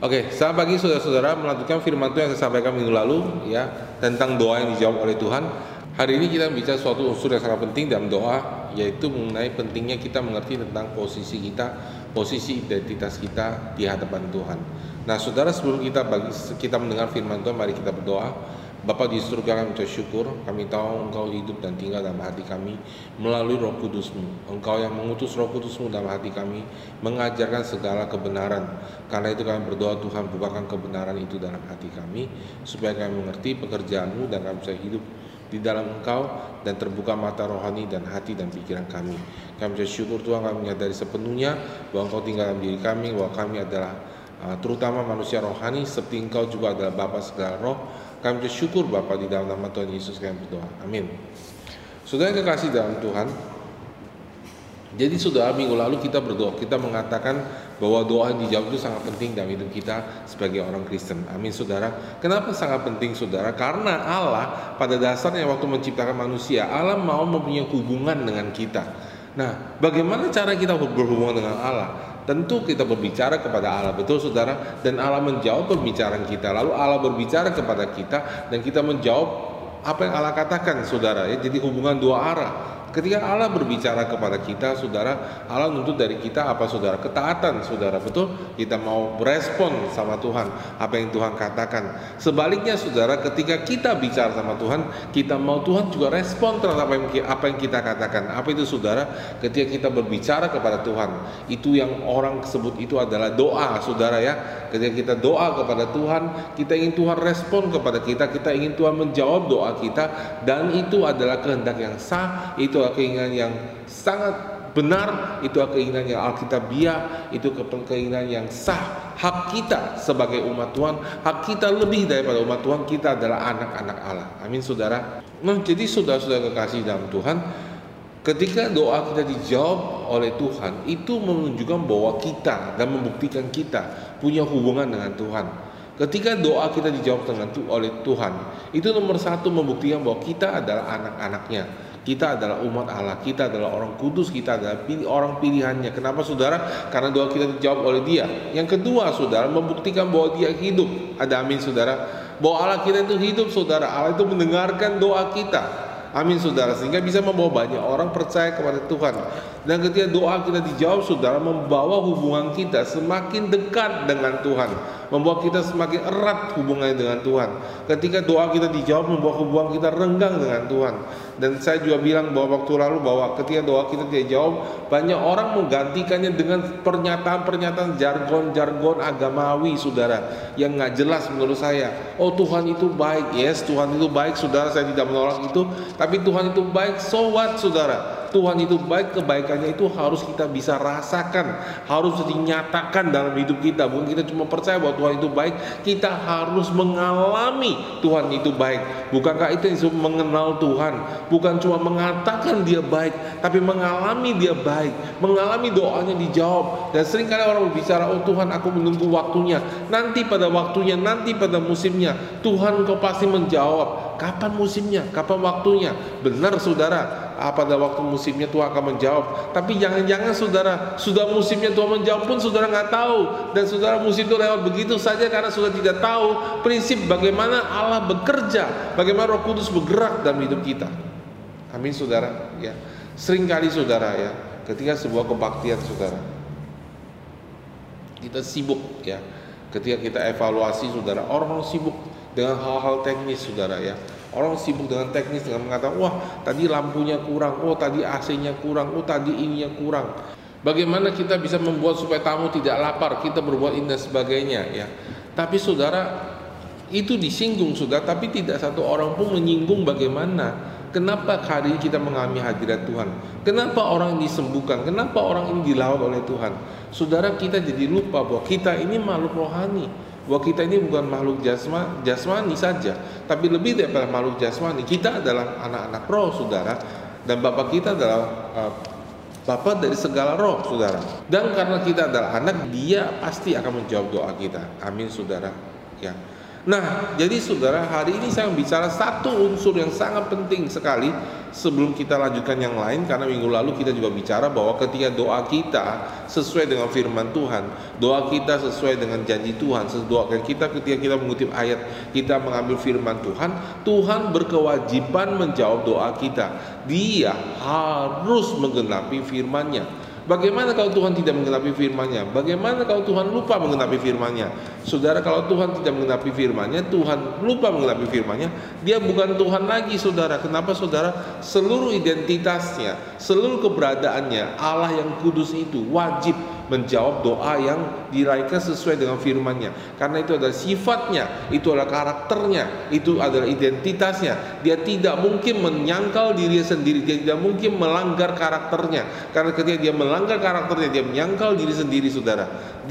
Oke, selamat pagi saudara-saudara. Melanjutkan firman Tuhan yang saya sampaikan minggu lalu ya, tentang doa yang dijawab oleh Tuhan. Hari ini kita bicara suatu unsur yang sangat penting dalam doa, yaitu mengenai pentingnya kita mengerti tentang posisi kita, posisi identitas kita di hadapan Tuhan. Nah saudara, sebelum kita mendengar firman Tuhan, mari kita berdoa. Bapa di surga, kami ucap syukur, kami tahu Engkau hidup dan tinggal dalam hati kami melalui Roh Kudus-Mu. Engkau yang mengutus Roh Kudus-Mu dalam hati kami, mengajarkan segala kebenaran. Karena itu kami berdoa, Tuhan, bukakan kebenaran itu dalam hati kami, supaya kami mengerti pekerjaan-Mu dan kami bisa hidup di dalam Engkau dan terbuka mata rohani dan hati dan pikiran kami. Kami ucap syukur Tuhan, kami menyadari sepenuhnya bahwa Engkau tinggal dalam diri kami, bahwa kami adalah terutama manusia rohani, seperti Engkau juga adalah Bapa segala roh. Kami bersyukur Bapa, di dalam nama Tuhan Yesus kami berdoa. Amin. Saudara yang kekasih dalam Tuhan, jadi saudara, minggu lalu kita berdoa, kita mengatakan bahwa doa yang dijawab itu sangat penting dalam hidup kita sebagai orang Kristen. Amin saudara. Kenapa sangat penting saudara? Karena Allah pada dasarnya waktu menciptakan manusia, Allah mau mempunyai hubungan dengan kita. Nah, bagaimana cara kita berhubungan dengan Allah? Tentu kita berbicara kepada Allah, betul saudara, dan Allah menjawab pembicaraan kita. Lalu Allah berbicara kepada kita dan kita menjawab apa yang Allah katakan saudara ya. Jadi hubungan dua arah. Ketika Allah berbicara kepada kita saudara, Allah nuntut dari kita apa saudara? Ketaatan saudara, betul? Kita mau berespon sama Tuhan, apa yang Tuhan katakan. Sebaliknya saudara, ketika kita bicara sama Tuhan, kita mau Tuhan juga respon terhadap apa yang kita katakan. Apa itu saudara? Ketika kita berbicara kepada Tuhan, itu yang orang sebut itu adalah doa saudara ya. Ketika kita doa kepada Tuhan, kita ingin Tuhan respon kepada kita, kita ingin Tuhan menjawab doa kita, dan itu adalah kehendak yang sah, itu adalah keinginan yang sangat benar, itu adalah keinginan yang alkitabiah, itu keinginan yang sah, hak kita sebagai umat Tuhan, hak kita lebih daripada umat Tuhan, kita adalah anak-anak Allah. Amin saudara. Nah jadi saudara-saudara kekasih dalam Tuhan, ketika doa kita dijawab oleh Tuhan, itu menunjukkan bahwa kita dan membuktikan kita punya hubungan dengan Tuhan. Ketika doa kita dijawab oleh Tuhan, itu nomor satu membuktikan bahwa kita adalah anak-anaknya, kita adalah umat Allah, kita adalah orang kudus, kita adalah orang pilihannya. Kenapa saudara? Karena doa kita dijawab oleh Dia. Yang kedua saudara, membuktikan bahwa Dia hidup. Ada amin saudara? Bahwa Allah kita itu hidup saudara, Allah itu mendengarkan doa kita. Amin saudara, sehingga bisa membawa banyak orang percaya kepada Tuhan. Dan ketika doa kita dijawab saudara, membawa hubungan kita semakin dekat dengan Tuhan, membawa kita semakin erat hubungannya dengan Tuhan. Ketika doa kita dijawab, membawa hubungan kita renggang dengan Tuhan. Dan saya juga bilang bahwa waktu lalu bahwa ketika doa kita dijawab, banyak orang menggantikannya dengan pernyataan-pernyataan jargon-jargon agamawi saudara, yang gak jelas menurut saya. Oh Tuhan itu baik, yes Tuhan itu baik saudara, saya tidak menolak itu. Tapi Tuhan itu baik, so what saudara? Tuhan itu baik, kebaikannya itu harus kita bisa rasakan, harus dinyatakan dalam hidup kita. Bukan kita cuma percaya bahwa Tuhan itu baik, kita harus mengalami Tuhan itu baik. Bukankah itu yang disebut mengenal Tuhan? Bukan cuma mengatakan Dia baik, tapi mengalami Dia baik, mengalami doanya dijawab. Dan seringkali orang berbicara, oh Tuhan aku menunggu waktunya, nanti pada waktunya, nanti pada musimnya. Tuhan Engkau pasti menjawab. Kapan musimnya? Kapan waktunya? Benar saudara, pada waktu musimnya Tuhan akan menjawab. Tapi jangan-jangan saudara, sudah musimnya Tuhan menjawab pun saudara nggak tahu, dan saudara musim itu lewat begitu saja karena sudah tidak tahu prinsip bagaimana Allah bekerja, bagaimana Roh Kudus bergerak dalam hidup kita. Amin saudara ya. Seringkali saudara ya, ketika sebuah kebaktian saudara, kita sibuk ya. Ketika kita evaluasi saudara, orang sibuk dengan hal-hal teknis saudara ya. Orang sibuk dengan teknis, dengan mengatakan, wah tadi lampunya kurang, oh tadi AC-nya kurang, oh tadi ininya kurang. Bagaimana kita bisa membuat supaya tamu tidak lapar, kita berbuat ini dan sebagainya ya. Tapi saudara, itu disinggung saudara, tapi tidak satu orang pun menyinggung bagaimana, kenapa hari ini kita mengalami hadirat Tuhan, kenapa orang ini disembuhkan, kenapa orang ini dilawan oleh Tuhan. Saudara, kita jadi lupa bahwa kita ini makhluk rohani, bahwa kita ini bukan makhluk jasmani saja, tapi lebih daripada makhluk jasmani. Kita adalah anak-anak roh saudara, dan Bapa kita adalah Bapa dari segala roh saudara. Dan karena kita adalah anak, Dia pasti akan menjawab doa kita. Amin saudara ya. Nah, jadi saudara, hari ini saya bicara satu unsur yang sangat penting sekali sebelum kita lanjutkan yang lain, karena minggu lalu kita juga bicara bahwa ketika doa kita sesuai dengan firman Tuhan, doa kita sesuai dengan janji Tuhan, doa kita ketika kita mengutip ayat, kita mengambil firman Tuhan, Tuhan berkewajiban menjawab doa kita. Dia harus menggenapi firman-Nya. Bagaimana kalau Tuhan tidak menggenapi firman-Nya? Bagaimana kalau Tuhan lupa menggenapi firman-Nya? Saudara, kalau Tuhan tidak menggenapi firman-Nya, Tuhan lupa menggenapi firman-Nya, Dia bukan Tuhan lagi, saudara. Kenapa, saudara? Seluruh identitasnya, seluruh keberadaannya, Allah yang kudus itu wajib menjawab doa yang diraihkan sesuai dengan firman-Nya. Karena itu adalah sifatnya, itu adalah karakternya, itu adalah identitasnya. Dia tidak mungkin menyangkal diri sendiri, dia tidak mungkin melanggar karakternya. Karena ketika dia melanggar karakternya, dia menyangkal diri sendiri, saudara,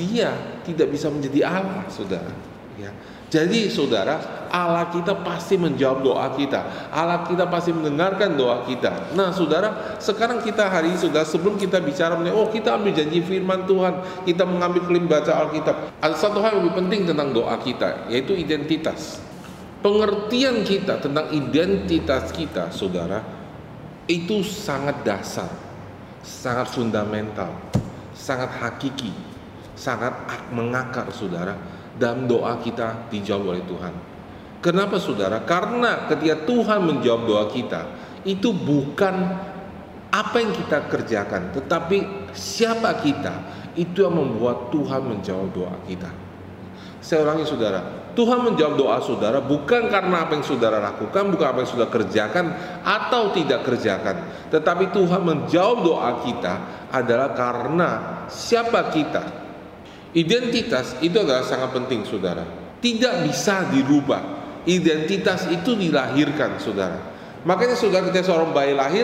dia tidak bisa menjadi Allah, saudara. Ya. Jadi saudara, Allah kita pasti menjawab doa kita, Allah kita pasti mendengarkan doa kita. Nah saudara, sekarang kita hari ini, saudara, sebelum kita bicara oh kita ambil janji firman Tuhan, kita mengambil klaim baca Alkitab, ada satu hal lebih penting tentang doa kita, yaitu identitas. Pengertian kita tentang identitas kita, saudara, itu sangat dasar, sangat fundamental, sangat hakiki, sangat mengakar, saudara. Dan doa kita dijawab oleh Tuhan. Kenapa, saudara? Karena ketika Tuhan menjawab doa kita, itu bukan apa yang kita kerjakan, tetapi siapa kita, itu yang membuat Tuhan menjawab doa kita. Saya ulangi, saudara, Tuhan menjawab doa saudara bukan karena apa yang saudara lakukan, bukan apa yang saudara kerjakan atau tidak kerjakan, tetapi Tuhan menjawab doa kita adalah karena siapa kita. Identitas itu adalah sangat penting, saudara. Tidak bisa dirubah. Identitas itu dilahirkan, saudara. Makanya saudara, ketika seorang bayi lahir,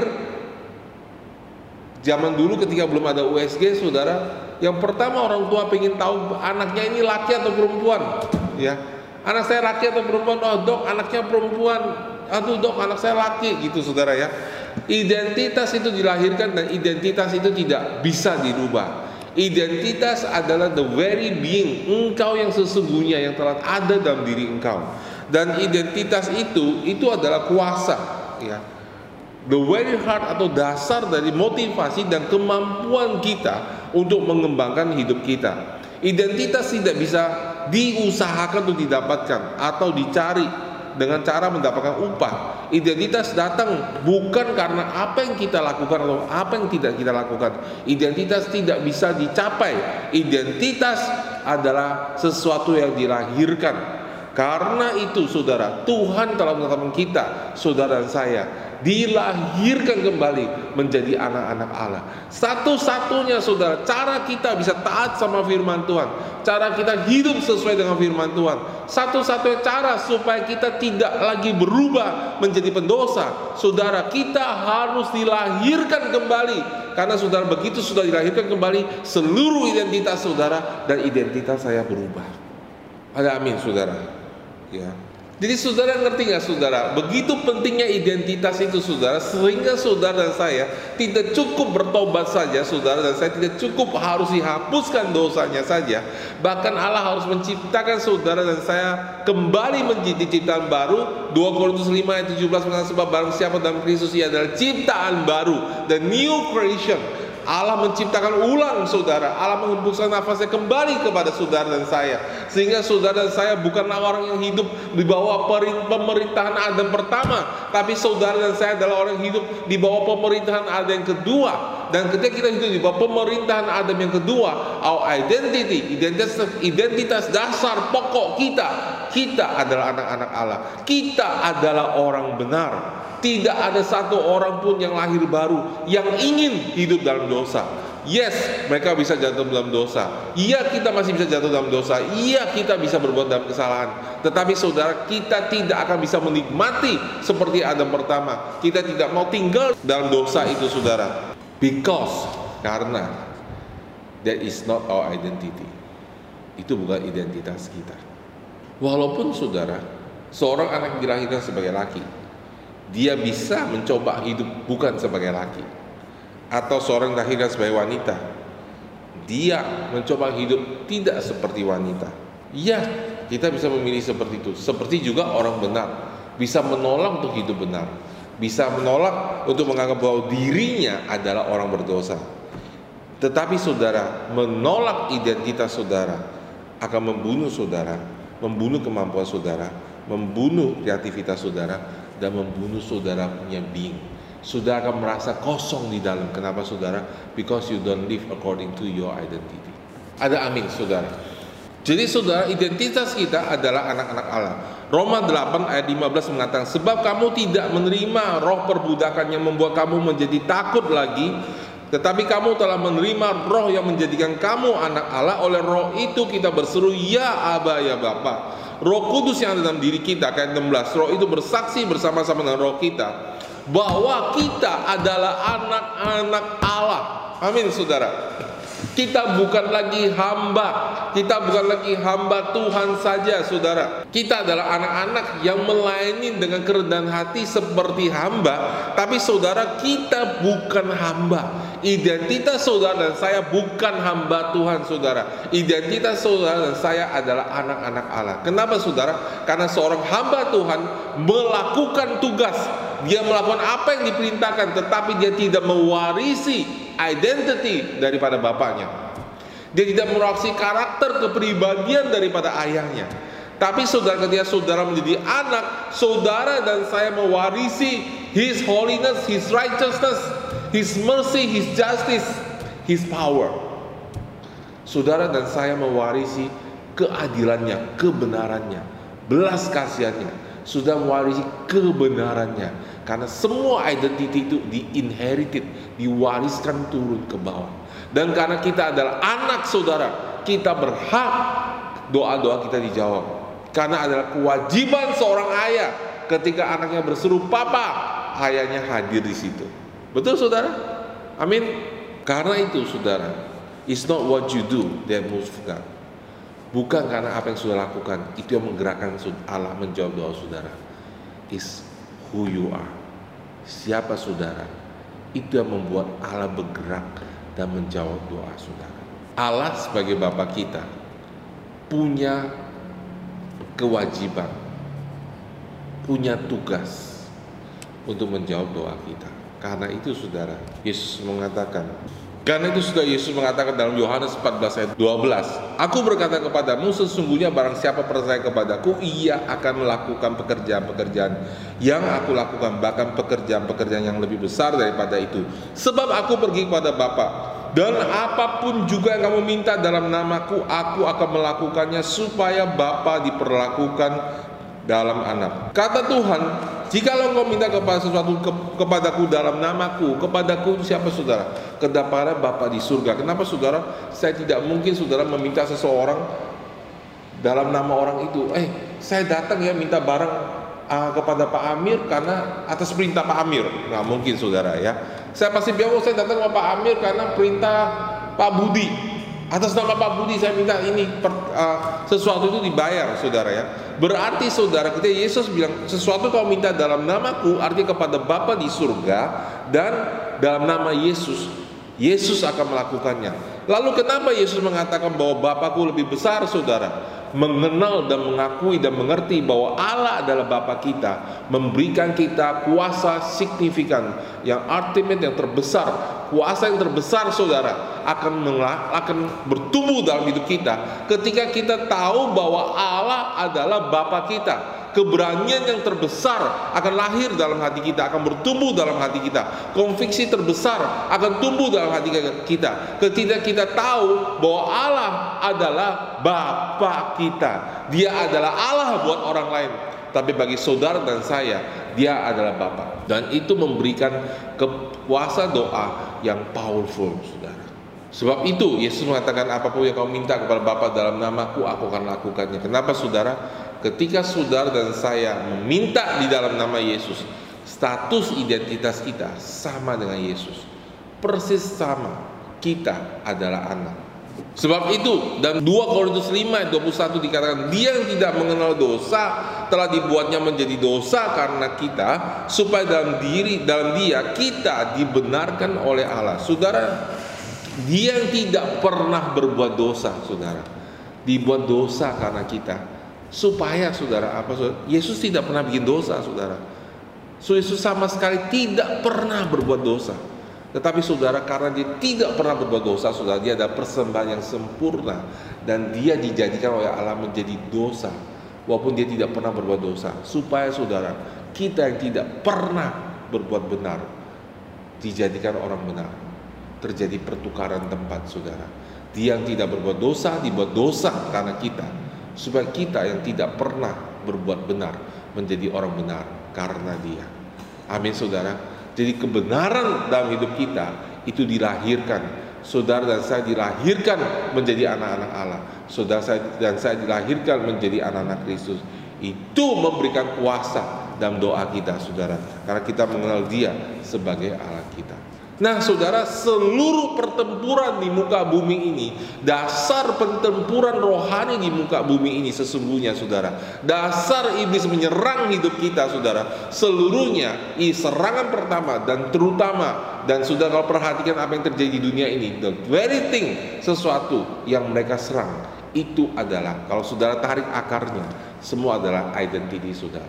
zaman dulu ketika belum ada USG, saudara, yang pertama orang tua pengen tahu anaknya ini laki atau perempuan. Ya, anak saya laki atau perempuan? Oh dok, anaknya perempuan. Aduh dok, anak saya laki, gitu, saudara ya. Identitas itu dilahirkan dan identitas itu tidak bisa dirubah. Identitas adalah the very being, engkau yang sesungguhnya yang telah ada dalam diri engkau. Dan identitas itu adalah kuasa, ya. The very heart atau dasar dari motivasi dan kemampuan kita untuk mengembangkan hidup kita. Identitas tidak bisa diusahakan untuk didapatkan atau dicari dengan cara mendapatkan upah. Identitas datang bukan karena apa yang kita lakukan atau apa yang tidak kita lakukan. Identitas tidak bisa dicapai. Identitas adalah sesuatu yang dilahirkan. Karena itu, saudara, Tuhan telah menetapkan kita, saudara dan saya, dilahirkan kembali menjadi anak-anak Allah. Satu-satunya, saudara, cara kita bisa taat sama firman Tuhan, cara kita hidup sesuai dengan firman Tuhan, satu-satunya cara supaya kita tidak lagi berubah menjadi pendosa, saudara, kita harus dilahirkan kembali. Karena saudara, begitu sudah dilahirkan kembali, seluruh identitas saudara dan identitas saya berubah. Ada amin, saudara. Ya. Jadi saudara ngerti nggak, saudara? Begitu pentingnya identitas itu, saudara, sehingga saudara dan saya tidak cukup bertobat saja, saudara dan saya tidak cukup harus dihapuskan dosanya saja. Bahkan Allah harus menciptakan saudara dan saya kembali menjadi ciptaan baru. 2 Korintus 5 ayat 17 mengatakan, sebab barang siapa dalam Kristus ia adalah ciptaan baru, the new creation. Allah menciptakan ulang saudara, Allah menghembuskan nafasnya kembali kepada saudara dan saya, sehingga saudara dan saya bukanlah orang yang hidup di bawah pemerintahan Adam pertama, tapi saudara dan saya adalah orang yang hidup di bawah pemerintahan Adam yang kedua. Dan ketika kita hidup di bawah pemerintahan Adam yang kedua, our identity, identitas dasar pokok kita adalah anak-anak Allah, kita adalah orang benar. Tidak ada satu orang pun yang lahir baru yang ingin hidup dalam dosa. Yes, mereka bisa jatuh dalam dosa. Iya, kita masih bisa jatuh dalam dosa. Iya, kita bisa berbuat dalam kesalahan. Tetapi saudara, kita tidak akan bisa menikmati seperti Adam pertama. Kita tidak mau tinggal dalam dosa itu, saudara. Karena that is not our identity. Itu bukan identitas kita. Walaupun saudara, seorang anak dilahirkan sebagai laki, dia bisa mencoba hidup bukan sebagai laki. Atau seorang dilahirkan sebagai wanita, dia mencoba hidup tidak seperti wanita. Iya, kita bisa memilih seperti itu. Seperti juga orang benar bisa menolak untuk hidup benar, bisa menolak untuk menganggap bahwa dirinya adalah orang berdosa. Tetapi saudara, menolak identitas saudara akan membunuh saudara, membunuh kemampuan saudara, membunuh kreativitas saudara, dan membunuh saudara punya being. Saudara akan merasa kosong di dalam. Kenapa saudara? Because you don't live according to your identity. Ada amin saudara. Jadi saudara, identitas kita adalah anak-anak Allah. Roma 8 ayat 15 mengatakan, sebab kamu tidak menerima roh perbudakan yang membuat kamu menjadi takut lagi, tetapi kamu telah menerima roh yang menjadikan kamu anak Allah. Oleh roh itu kita berseru, ya Aba, ya Bapa. Roh Kudus yang ada dalam diri kita, ayat 16, roh itu bersaksi bersama-sama dengan roh kita bahwa kita adalah anak-anak Allah. Amin saudara. Kita bukan lagi hamba, kita bukan lagi hamba Tuhan saja saudara. Kita adalah anak-anak yang melayani dengan kerendahan hati seperti hamba. Tapi saudara, kita bukan hamba. Identitas saudara dan saya bukan hamba Tuhan saudara. Identitas saudara dan saya adalah anak-anak Allah. Kenapa saudara? Karena seorang hamba Tuhan melakukan tugas, dia melakukan apa yang diperintahkan, tetapi dia tidak mewarisi identity daripada bapaknya. Dia tidak mewarisi karakter kepribadian daripada ayahnya. Tapi saudara, ketika saudara menjadi anak, saudara dan saya mewarisi His holiness, His righteousness, His mercy, His justice, His power. Saudara dan saya mewarisi keadilannya, kebenarannya, belas kasihannya. Sudah mewarisi kebenarannya. Karena semua identity itu di-inherited, diwariskan turun ke bawah. Dan karena kita adalah anak saudara, kita berhak doa-doa kita dijawab. Karena adalah kewajiban seorang ayah, ketika anaknya berseru papa, ayahnya hadir di situ. Betul saudara? Amin. Karena itu saudara, it's not what you do that moves God. Bukan karena apa yang sudah lakukan, itu yang menggerakkan Allah menjawab doa saudara. Is who you are. Siapa saudara, itu yang membuat Allah bergerak dan menjawab doa saudara. Allah sebagai Bapa kita punya kewajiban, punya tugas untuk menjawab doa kita. Karena itu saudara, Yesus mengatakan, karena itu sudah Yesus mengatakan dalam Yohanes 14 ayat 12, aku berkata kepadamu, sesungguhnya barang siapa percaya kepadaku, ia akan melakukan pekerjaan-pekerjaan yang aku lakukan, bahkan pekerjaan-pekerjaan yang lebih besar daripada itu. Sebab aku pergi kepada Bapa, dan apapun juga yang kamu minta dalam namaku, aku akan melakukannya, supaya Bapa diperlakukan dalam anak. Kata Tuhan, jikalau engkau minta kepada sesuatu kepadaku dalam namaku, kepadaku siapa saudara? Kepada Bapa di surga. Kenapa saudara? Saya tidak mungkin saudara meminta seseorang dalam nama orang itu. Saya datang ya minta barang kepada Pak Amir karena atas perintah Pak Amir. Nggak mungkin saudara ya. Saya pasti bilang, saya datang ke Pak Amir karena perintah Pak Budi. Atas nama Pak Budi saya minta ini sesuatu itu dibayar saudara ya. Berarti saudara, ketika Yesus bilang sesuatu kau minta dalam namaku, artinya kepada Bapa di surga, dan dalam nama Yesus, Yesus akan melakukannya. Lalu kenapa Yesus mengatakan bahwa Bapakku lebih besar saudara? Mengenal dan mengakui dan mengerti bahwa Allah adalah Bapa kita, memberikan kita kuasa signifikan, yang ultimate, yang terbesar. Kuasa yang terbesar saudara akan bertumbuh dalam hidup kita ketika kita tahu bahwa Allah adalah Bapa kita. Keberanian yang terbesar akan lahir dalam hati kita, akan bertumbuh dalam hati kita. Konviksi terbesar akan tumbuh dalam hati kita ketika kita tahu bahwa Allah adalah Bapa kita. Dia adalah Allah buat orang lain, tapi bagi saudara dan saya, Dia adalah Bapa. Dan itu memberikan kuasa doa yang powerful saudara. Sebab itu Yesus mengatakan, apapun yang kau minta kepada Bapa dalam namaku, aku akan lakukannya. Kenapa saudara? Ketika saudara dan saya meminta di dalam nama Yesus, status identitas kita sama dengan Yesus, persis sama. Kita adalah anak. Sebab itu dan 2 Korintus 5 ayat 21 dikatakan, dia yang tidak mengenal dosa telah dibuatnya menjadi dosa karena kita, supaya dalam dia kita dibenarkan oleh Allah. Saudara, dia yang tidak pernah berbuat dosa saudara, dibuat dosa karena kita. Supaya saudara apa saudara? Yesus tidak pernah bikin dosa saudara. Yesus sama sekali tidak pernah berbuat dosa. Tetapi saudara, karena dia tidak pernah berbuat dosa saudara, dia ada persembahan yang sempurna, dan dia dijadikan oleh Allah menjadi dosa walaupun dia tidak pernah berbuat dosa, supaya saudara, kita yang tidak pernah berbuat benar dijadikan orang benar. Terjadi pertukaran tempat saudara. Dia yang tidak berbuat dosa dibuat dosa karena kita, supaya kita yang tidak pernah berbuat benar menjadi orang benar karena dia. Amin saudara. Jadi kebenaran dalam hidup kita itu dilahirkan. Saudara dan saya dilahirkan menjadi anak-anak Allah. Saudara dan saya dilahirkan menjadi anak-anak Kristus. Itu memberikan kuasa dalam doa kita saudara, karena kita mengenal dia sebagai Allah kita. Nah saudara, seluruh pertempuran di muka bumi ini, dasar pertempuran rohani di muka bumi ini sesungguhnya saudara, dasar iblis menyerang hidup kita saudara, seluruhnya serangan pertama dan terutama, dan saudara kalau perhatikan apa yang terjadi di dunia ini, the very thing, sesuatu yang mereka serang itu adalah, kalau saudara tarik akarnya, semua adalah identity saudara.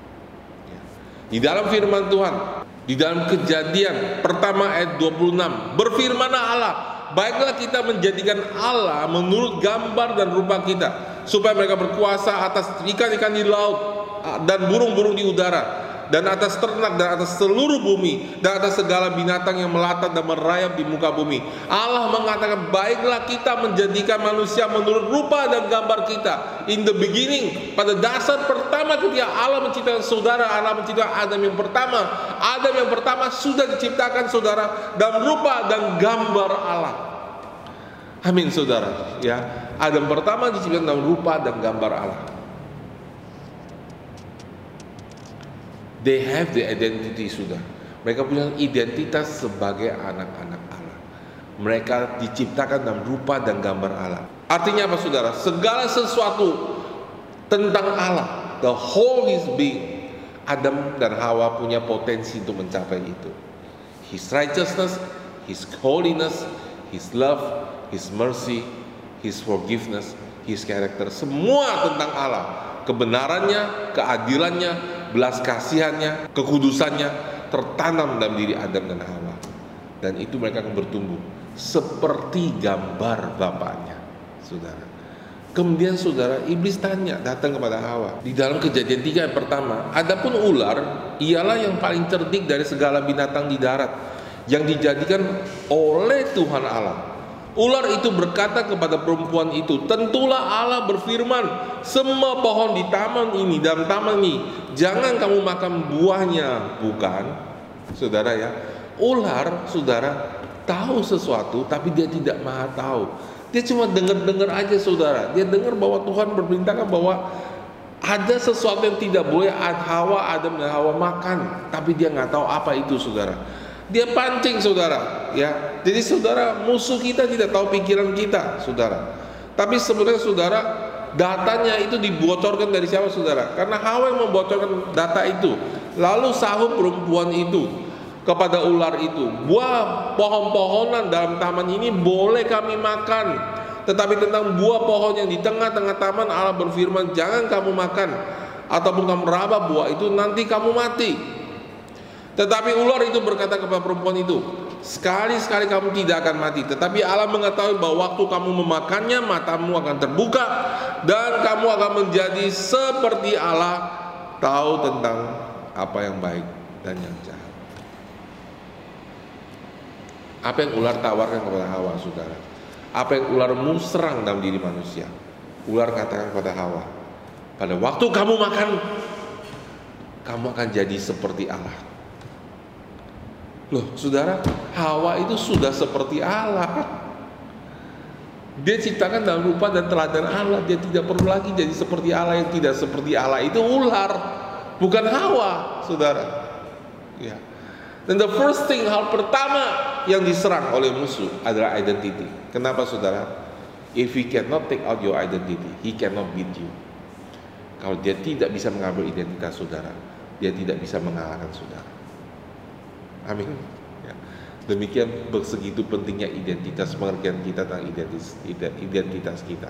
Di dalam firman Tuhan, di dalam Kejadian pertama ayat 26, berfirmanlah Allah, baiklah kita menjadikan Allah menurut gambar dan rupa kita, supaya mereka berkuasa atas ikan-ikan di laut dan burung-burung di udara, dan atas ternak, dan atas seluruh bumi, dan atas segala binatang yang melata dan merayap di muka bumi. Allah mengatakan, baiklah kita menjadikan manusia menurut rupa dan gambar kita. In the beginning, pada dasar pertama ketika Allah menciptakan saudara, Allah menciptakan Adam yang pertama. Adam yang pertama sudah diciptakan saudara dalam rupa dan gambar Allah. Amin saudara. Ya, Adam pertama diciptakan dalam rupa dan gambar Allah. They have the identity sudah. Mereka punya identitas sebagai anak-anak Allah. Mereka diciptakan dalam rupa dan gambar Allah. Artinya apa saudara? Segala sesuatu tentang Allah, the whole his being, Adam dan Hawa punya potensi untuk mencapai itu. His righteousness, his holiness, his love, his mercy, his forgiveness, his character, semua tentang Allah. Kebenarannya, keadilannya, belas kasihannya, kekudusannya tertanam dalam diri Adam dan Hawa, dan itu mereka akan bertumbuh seperti gambar bapaknya saudara. Kemudian saudara, iblis datang kepada Hawa di dalam Kejadian 3 yang pertama, adapun ular ialah yang paling cerdik dari segala binatang di darat yang dijadikan oleh Tuhan Allah. Ular itu berkata kepada perempuan itu, tentulah Allah berfirman, semua pohon di taman ini, dalam taman ini, jangan kamu makan buahnya. Bukan saudara ya, ular saudara tahu sesuatu, tapi dia tidak maha tahu. Dia cuma dengar-dengar aja saudara. Dia dengar bahwa Tuhan berperintahkan bahwa ada sesuatu yang tidak boleh Adam dan Hawa makan, tapi dia nggak tahu apa itu saudara. Dia pancing saudara ya. Jadi saudara, musuh kita tidak tahu pikiran kita saudara. Tapi sebenarnya saudara, datanya itu dibocorkan dari siapa saudara? Karena Hawa yang membocorkan data itu. Lalu sahut perempuan itu kepada ular itu, buah pohon-pohonan dalam taman ini boleh kami makan, tetapi tentang buah pohon yang di tengah-tengah taman Allah berfirman, jangan kamu makan ataupun kamu meraba buah itu, nanti kamu mati. Tetapi ular itu berkata kepada perempuan itu, sekali-sekali kamu tidak akan mati, tetapi Allah mengetahui bahwa waktu kamu memakannya, matamu akan terbuka dan kamu akan menjadi seperti Allah, tahu tentang apa yang baik dan yang jahat. Apa yang ular tawarkan kepada Hawa saudara? Apa yang ular serang dalam diri manusia? Ular katakan kepada Hawa, pada waktu kamu makan, kamu akan jadi seperti Allah. Loh saudara, Hawa itu sudah seperti Allah. Dia ciptakan dalam rupa dan teladan Allah. Dia tidak perlu lagi jadi seperti Allah. Yang tidak seperti Allah itu ular, bukan Hawa saudara ya. Dan the first thing, hal pertama yang diserang oleh musuh adalah identity. Kenapa saudara? If he cannot take out your identity, he cannot beat you. Kalau dia tidak bisa mengambil identitas saudara, dia tidak bisa mengalahkan saudara. Amin ya. Demikian begitu pentingnya identitas, pengertian kita tentang identitas kita.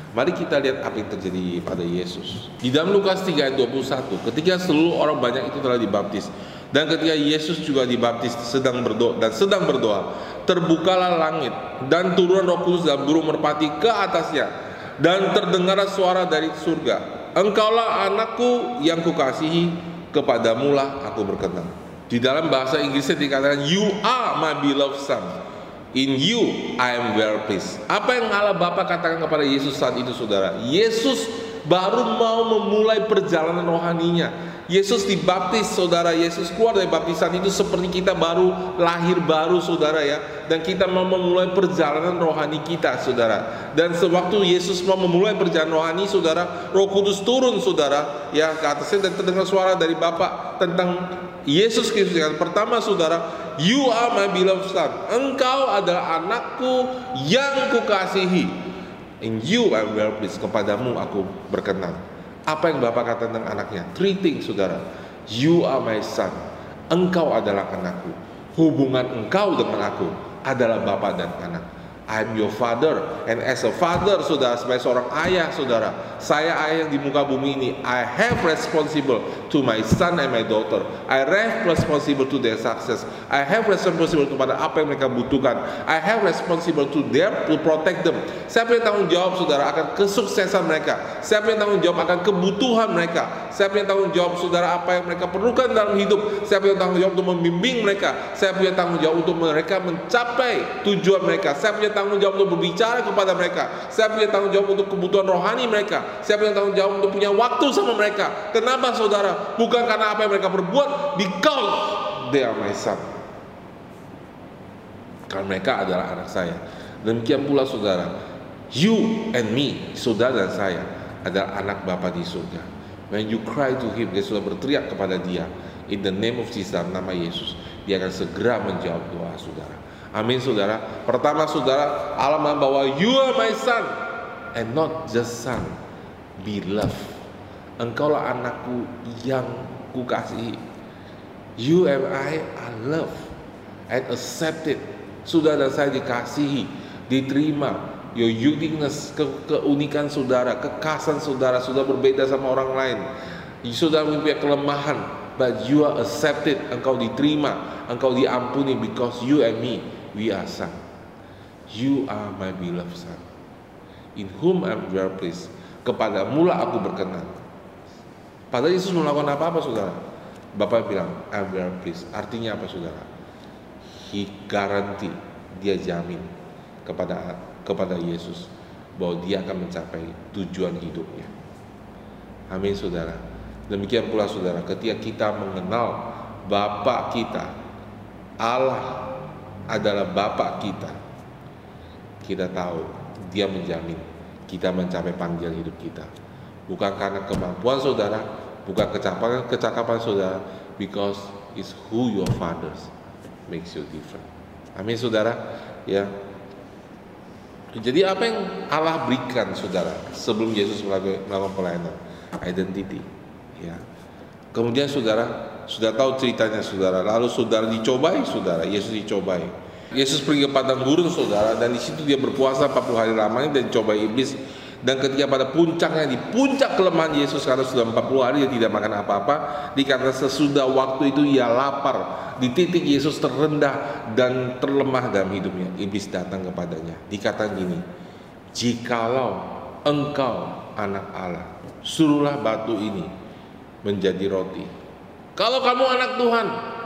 Mari kita lihat apa yang terjadi pada Yesus. Di dalam Lukas 3 ayat 21, ketika seluruh orang banyak itu telah dibaptis, dan ketika Yesus juga dibaptis sedang berdoa, terbukalah langit dan turun Roh Kudus dan burung merpati ke atasnya, dan terdengar suara dari surga, "Engkaulah anakku yang kukasihi, kepadamulah aku berkenan." Di dalam bahasa Inggrisnya dikatakan, "You are my beloved son. In you I am well pleased." Apa yang Allah Bapa katakan kepada Yesus saat itu, saudara? Yesus baru mau memulai perjalanan rohaninya. Yesus dibaptis, saudara. Yesus keluar dari baptisan itu seperti kita baru lahir baru, saudara ya. Dan kita mau memulai perjalanan rohani kita, saudara. Dan sewaktu Yesus mau memulai perjalanan rohani, saudara, Roh Kudus turun, saudara, ya, ke atasnya, dan terdengar suara dari Bapa tentang Yesus Kristus. Yang pertama, saudara, "You are my beloved son." Engkau adalah anakku yang kukasihi. In you I am well pleased. Kepadamu aku berkenan. Apa yang Bapak katakan tentang anaknya? Three things, saudara. You are my son. Engkau adalah anakku. Hubungan engkau dengan aku adalah Bapa dan anak. I am your father, and as a father, saudara, sebagai seorang ayah, saudara, saya ayah yang di muka bumi ini, I have responsible to my son and my daughter. I have responsible to their success. I have responsible kepada apa yang mereka butuhkan. I have responsible to them to protect them. Siapa yang tanggung jawab, saudara, akan kesuksesan mereka? Siapa yang tanggung jawab akan kebutuhan mereka? Siapa yang tanggung jawab, saudara, apa yang mereka perlukan dalam hidup? Siapa yang tanggung jawab untuk membimbing mereka? Siapa yang tanggung jawab untuk mereka mencapai tujuan mereka? Siapa yang tanggung jawab untuk berbicara kepada mereka? Siapa yang tanggung jawab untuk kebutuhan rohani mereka? Siapa yang tanggung jawab untuk punya waktu sama mereka? Kenapa, saudara? Bukan karena apa yang mereka perbuat, because they are my son. Karena mereka adalah anak saya. Demikian pula, saudara, you and me, saudara dan saya, adalah anak Bapa di surga. When you cry to him, dia sudah berteriak kepada dia, in the name of Jesus, nama Yesus, dia akan segera menjawab doa, saudara. Amin, saudara. Pertama, saudara, Allah bahwa you are my son, and not just son, beloved. Engkaulah anakku yang kukasihi. You and I are loved and accepted. Saudara dan saya dikasihi, diterima. Your uniqueness, keunikan saudara, kekhasan saudara sudah berbeda sama orang lain. Saudara mempunyai kelemahan, but you are accepted. Engkau diterima, engkau diampuni, because you and me, we are son. You are my beloved son, in whom I am well pleased. Kepadamulah aku berkenan. Padahal Yesus melakukan apa-apa, saudara? Bapak bilang, I am well pleased. Artinya apa, saudara? He guarantee, dia jamin kepada Yesus bahwa dia akan mencapai tujuan hidupnya. Amin, saudara. Demikian pula, saudara, ketika kita mengenal Bapa kita, Allah adalah Bapa kita, kita tahu dia menjamin kita mencapai panggilan hidup kita. Bukan karena kemampuan saudara, bukan kecakapan saudara, because it's who your fathers makes you different. Amin, saudara. Ya. Jadi apa yang Allah berikan, saudara, sebelum Yesus melakukan pelayanan? Identity. Ya. Kemudian saudara sudah tahu ceritanya, saudara. Lalu saudara dicobai, saudara. Yesus dicobai. Yesus pergi ke padang gurun, saudara, dan di situ dia berpuasa 40 hari lamanya dan dicobai iblis. Dan ketika pada puncaknya, di puncak kelemahan Yesus, karena sudah 40 hari dia tidak makan apa-apa, dikatakan sesudah waktu itu ia lapar. Di titik Yesus terendah dan terlemah dalam hidupnya, iblis datang kepadanya. Dikatakan gini, jikalau engkau anak Allah, suruhlah batu ini menjadi roti. Kalau kamu anak Tuhan,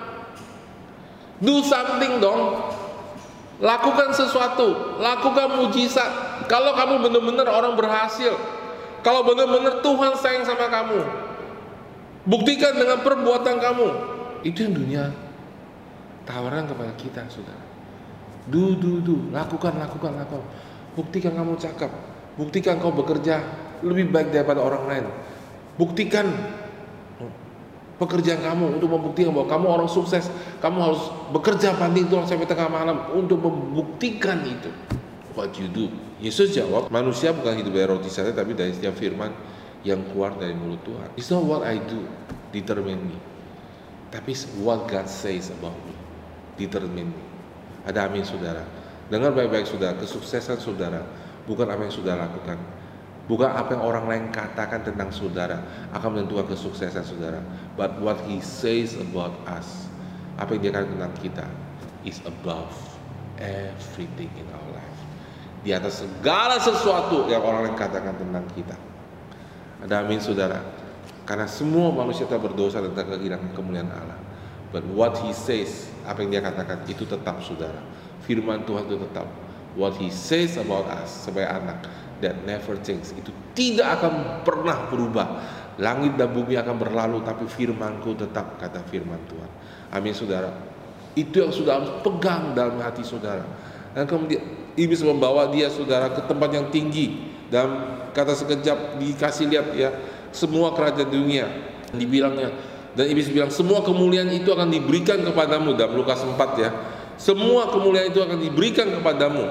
do something dong. Lakukan sesuatu, lakukan mujizat. Kalau kamu benar-benar orang berhasil, kalau benar-benar Tuhan sayang sama kamu, buktikan dengan perbuatan kamu. Itu yang dunia tawaran kepada kita, saudara. Do, lakukan. Buktikan kamu cakap, buktikan kau bekerja lebih baik daripada orang lain. Buktikan pekerjaan kamu untuk membuktikan bahwa kamu orang sukses. Kamu harus bekerja banting tulang sampai tengah malam untuk membuktikan itu. What you do? Yesus jawab, manusia bukan hidup dari roti saja, tapi dari setiap firman yang keluar dari mulut Tuhan. It's not what I do determine me, tapi what God says about me determine me. Ada amin, saudara. Dengar baik-baik, saudara. Kesuksesan saudara bukan apa yang saudara lakukan, Bukan apa yang orang lain katakan tentang saudara akan menentukan kesuksesan saudara. But what he says about us, apa yang dia katakan tentang kita, is above everything in our life. Di atas segala sesuatu yang orang lain katakan tentang kita. Ada amin saudara. Karena semua manusia telah berdosa tentang kehilangan kemuliaan Allah. But what he says, apa yang dia katakan itu tetap saudara. Firman Tuhan itu tetap. What he says about us sebagai anak, that never change, itu tidak akan pernah berubah. Langit dan bumi akan berlalu, tapi firmanku tetap, kata firman Tuhan. Amin saudara. Itu yang sudah harus pegang dalam hati saudara. Dan kemudian iblis membawa dia saudara ke tempat yang tinggi. Dan kata sekejap dikasih lihat ya, semua kerajaan dunia. Dibilangnya, dan iblis bilang semua kemuliaan itu akan diberikan kepadamu. Dalam Lukas 4 ya, semua kemuliaan itu akan diberikan kepadamu.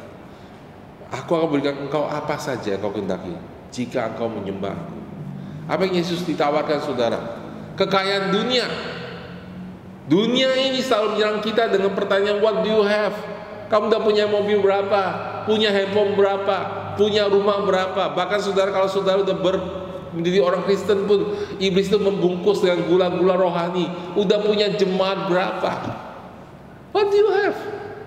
Aku akan berikan engkau apa saja yang kau kehendaki jika engkau menyembah aku. Apa yang Yesus ditawarkan saudara? Kekayaan dunia. Dunia ini selalu menyerang kita dengan pertanyaan, what do you have? Kamu udah punya mobil berapa? Punya handphone berapa? Punya rumah berapa? Bahkan saudara, kalau saudara udah menjadi orang Kristen pun, iblis itu membungkus dengan gula-gula rohani. Udah punya jemaat berapa? What do you have?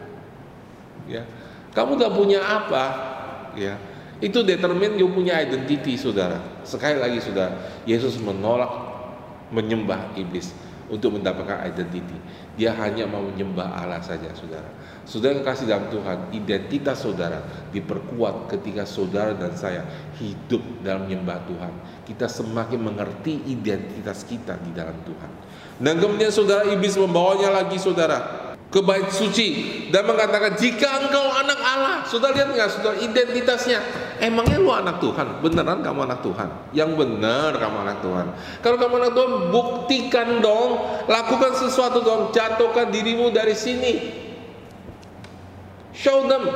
Ya, kamu udah punya apa? Ya, itu determine you punya identity saudara. Sekali lagi saudara, Yesus menolak menyembah iblis untuk mendapatkan identity. Dia hanya mau menyembah Allah saja saudara. Saudara yang kasih dalam Tuhan, identitas saudara diperkuat ketika saudara dan saya hidup dalam menyembah Tuhan. Kita semakin mengerti identitas kita di dalam Tuhan. Dan kemudian saudara, iblis membawanya lagi saudara ke bait suci dan mengatakan, jika engkau anak Allah. Saudara lihat nggak saudara identitasnya? Emangnya lu anak Tuhan? Beneran kamu anak Tuhan? Yang benar kamu anak Tuhan. Kalau kamu anak Tuhan, buktikan dong, lakukan sesuatu dong, jatuhkan dirimu dari sini. Show them.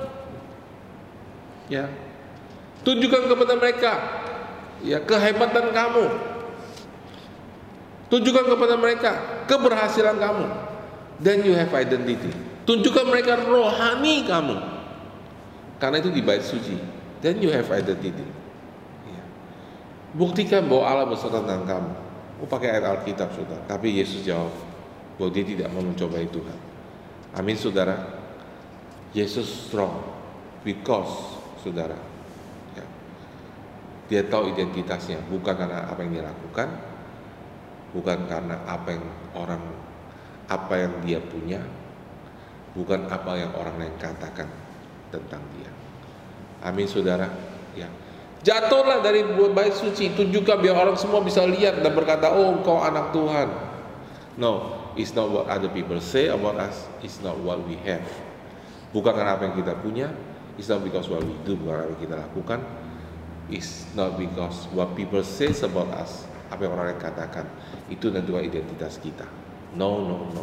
Ya. Tunjukkan kepada mereka ya kehebatan kamu. Tunjukkan kepada mereka keberhasilan kamu. Then you have identity. Tunjukkan mereka rohani kamu. Karena itu di bait suci. Then you have identity. Ya. Buktikan bahwa Allah beserta dengan kamu. Oh, pakai ayat Alkitab saudara. Tapi Yesus jawab bahwa dia tidak mau mencobai Tuhan. Amin saudara. Yesus strong because saudara ya, dia tahu identitasnya, bukan karena apa yang dia lakukan, bukan karena apa yang dia punya, bukan apa yang orang lain katakan tentang dia. Amin saudara ya. Jatuhlah dari bait suci, tunjukkan biar orang semua bisa lihat dan berkata, oh engkau anak Tuhan. No, it's not what other people say about us, it's not what we have. Bukan karena apa yang kita punya, it's not because what we do, bukan apa yang kita lakukan, it's not because what people say about us, apa yang orang lain katakan, itu tentunya identitas kita. No.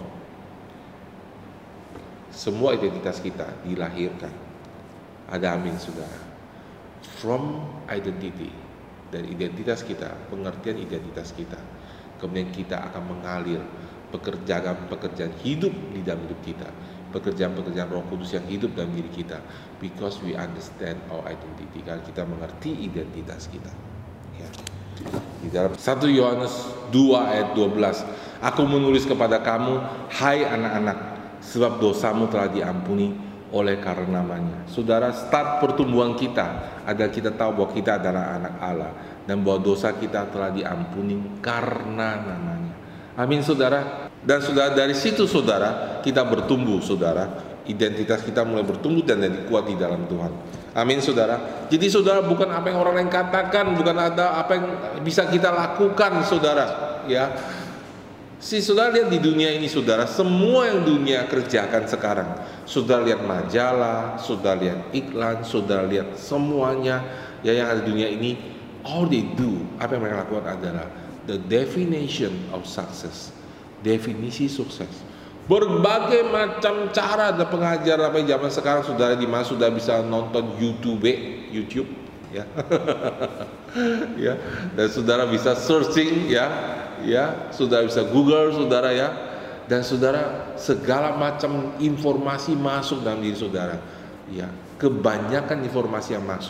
Semua identitas kita dilahirkan, ada amin saudara, from identity, dari identitas kita, pengertian identitas kita. Kemudian kita akan mengalir pekerjaan hidup di dalam hidup kita, pekerjaan Roh Kudus yang hidup dalam diri kita, because we understand our identity, karena kita mengerti identitas kita ya. Di dalam 1 Yohanes 2 ayat 12, aku menulis kepada kamu, hai anak-anak, sebab dosamu telah diampuni oleh karena namanya. Saudara, start pertumbuhan kita adalah kita tahu bahwa kita adalah anak Allah dan bahwa dosa kita telah diampuni karena namanya. Amin saudara. Dan saudara, dari situ saudara kita bertumbuh saudara, identitas kita mulai bertumbuh dan jadi kuat di dalam Tuhan. Amin saudara. Jadi saudara, bukan apa yang orang lain katakan, bukan ada apa yang bisa kita lakukan saudara ya. Saudara lihat di dunia ini saudara, semua yang dunia kerjakan sekarang, saudara lihat majalah, saudara lihat iklan, saudara lihat semuanya ya yang ada di dunia ini, all they do, apa yang mereka lakukan adalah the definition of success, definisi sukses. Berbagai macam cara ada pengajar apa yang zaman sekarang saudara, di mana sudah bisa nonton YouTube ya. Ya, dan saudara bisa searching ya, saudara bisa Google saudara ya, dan saudara segala macam informasi masuk dalam diri saudara ya. Kebanyakan informasi yang masuk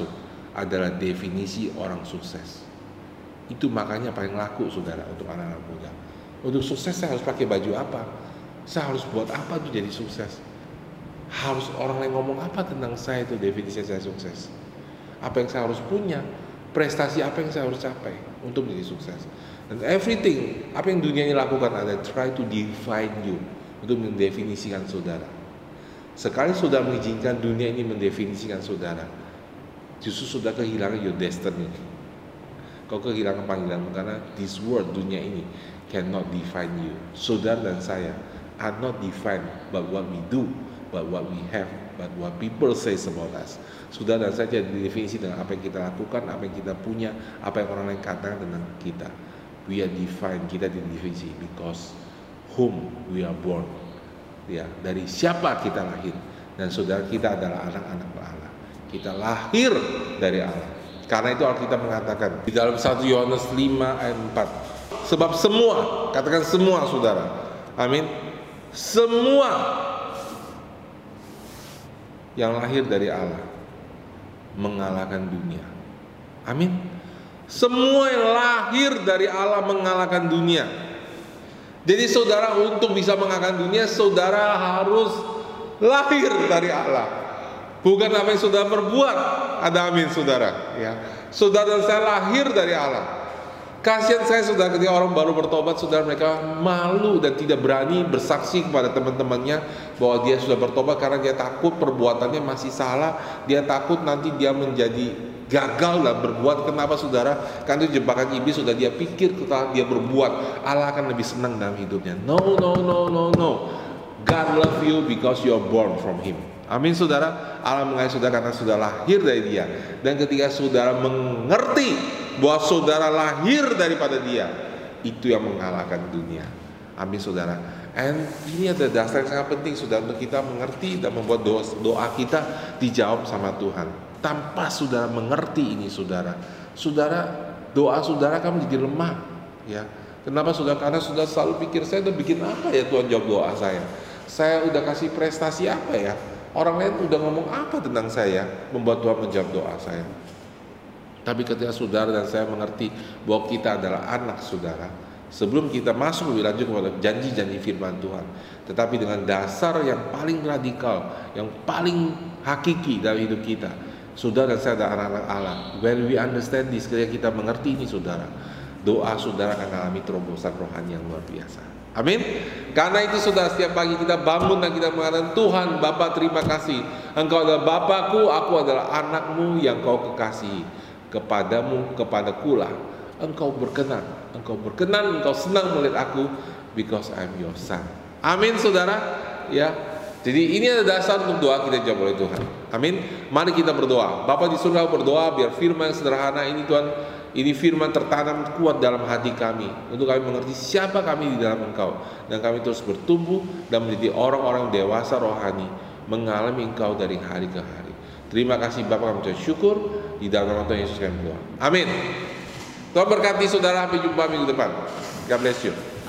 adalah definisi orang sukses. Itu makanya paling laku saudara untuk anak-anak muda. Untuk sukses saya harus pakai baju apa? Saya harus buat apa tuh jadi sukses? Harus orang lain ngomong apa tentang saya itu definisi saya sukses? Apa yang saya harus punya? Prestasi apa yang saya harus capai untuk menjadi sukses? Dan everything, apa yang dunia ini lakukan adalah try to define you, untuk mendefinisikan saudara. Sekali saudara mengizinkan dunia ini mendefinisikan saudara, justru sudah kehilangan your destiny. Kau kehilangan panggilanmu karena this world, dunia ini cannot define you. Saudara dan saya are not defined by what we do, but what we have, but what people say about us. Saudara dan saya tidak didefinisi dengan apa yang kita lakukan, apa yang kita punya, apa yang orang lain katakan tentang kita. We are defined, kita didefinisi because whom we are born. Ya, dari siapa kita lahir. Dan saudara, kita adalah anak-anak Allah. Kita lahir dari Allah. Karena itu Alkitab mengatakan di dalam 1 Yohanes 5 ayat 4. Sebab semua, katakan semua saudara. Amin. Semua yang lahir dari Allah mengalahkan dunia. Amin. Semua yang lahir dari Allah mengalahkan dunia. Jadi saudara, untuk bisa mengalahkan dunia, saudara harus lahir dari Allah. Bukan apa yang saudara perbuat. Ada amin saudara ya. Saudara dan saya lahir dari Allah. Kasihan saya saudara, ketika orang baru bertobat, saudara, mereka malu dan tidak berani bersaksi kepada teman-temannya bahwa dia sudah bertobat, karena dia takut perbuatannya masih salah. Dia takut nanti dia menjadi gagal dan berbuat. Kenapa saudara? Karena itu jebakan iblis. Sudah dia pikir setelah dia berbuat, Allah akan lebih senang dalam hidupnya. No. God love you because you are born from Him. Amin saudara. Allah mengasihi saudara karena sudah lahir dari Dia. Dan ketika saudara mengerti bahwa saudara lahir daripada Dia, itu yang mengalahkan dunia. Amin saudara. And ini ada dasar yang sangat penting saudara, untuk kita mengerti dan membuat doa kita dijawab sama Tuhan. Tanpa saudara mengerti ini saudara, doa saudara akan menjadi lemah ya. Kenapa saudara? Karena saudara selalu pikir, saya udah bikin apa ya Tuhan jawab doa saya? Saya udah kasih prestasi apa ya? Orang lain udah ngomong apa tentang saya, membuat Tuhan menjawab doa saya. Tapi ketika saudara dan saya mengerti bahwa kita adalah anak saudara, sebelum kita masuk lebih lanjut kepada janji-janji firman Tuhan, tetapi dengan dasar yang paling radikal, yang paling hakiki dalam hidup kita, saudara dan saya adalah anak-anak Allah. When we understand this, ketika kita mengerti ini saudara, doa saudara akan mengalami terobosan rohani yang luar biasa. Amin. Karena itu saudara, setiap pagi kita bangun dan kita mengatakan, Tuhan Bapa, terima kasih, Engkau adalah Bapakku, aku adalah anakmu yang Kau kekasihi. Kepadamu, kepadakulah Engkau berkenan, Engkau senang melihat aku, because I'm your son. Amin saudara ya. Jadi ini adalah dasar untuk doa kita dijawab oleh Tuhan. Amin. Mari kita berdoa. Bapa di surga, berdoa biar firman yang sederhana ini Tuhan, ini firman tertanam kuat dalam hati kami, untuk kami mengerti siapa kami di dalam Engkau, dan kami terus bertumbuh dan menjadi orang-orang dewasa rohani, mengalami Engkau dari hari ke hari. Terima kasih Bapa, kami ucap syukur di dalam nama Tuhan Yesus kami berdoa. Amin. Tuhan berkati saudara, sampai jumpa minggu depan. God bless you.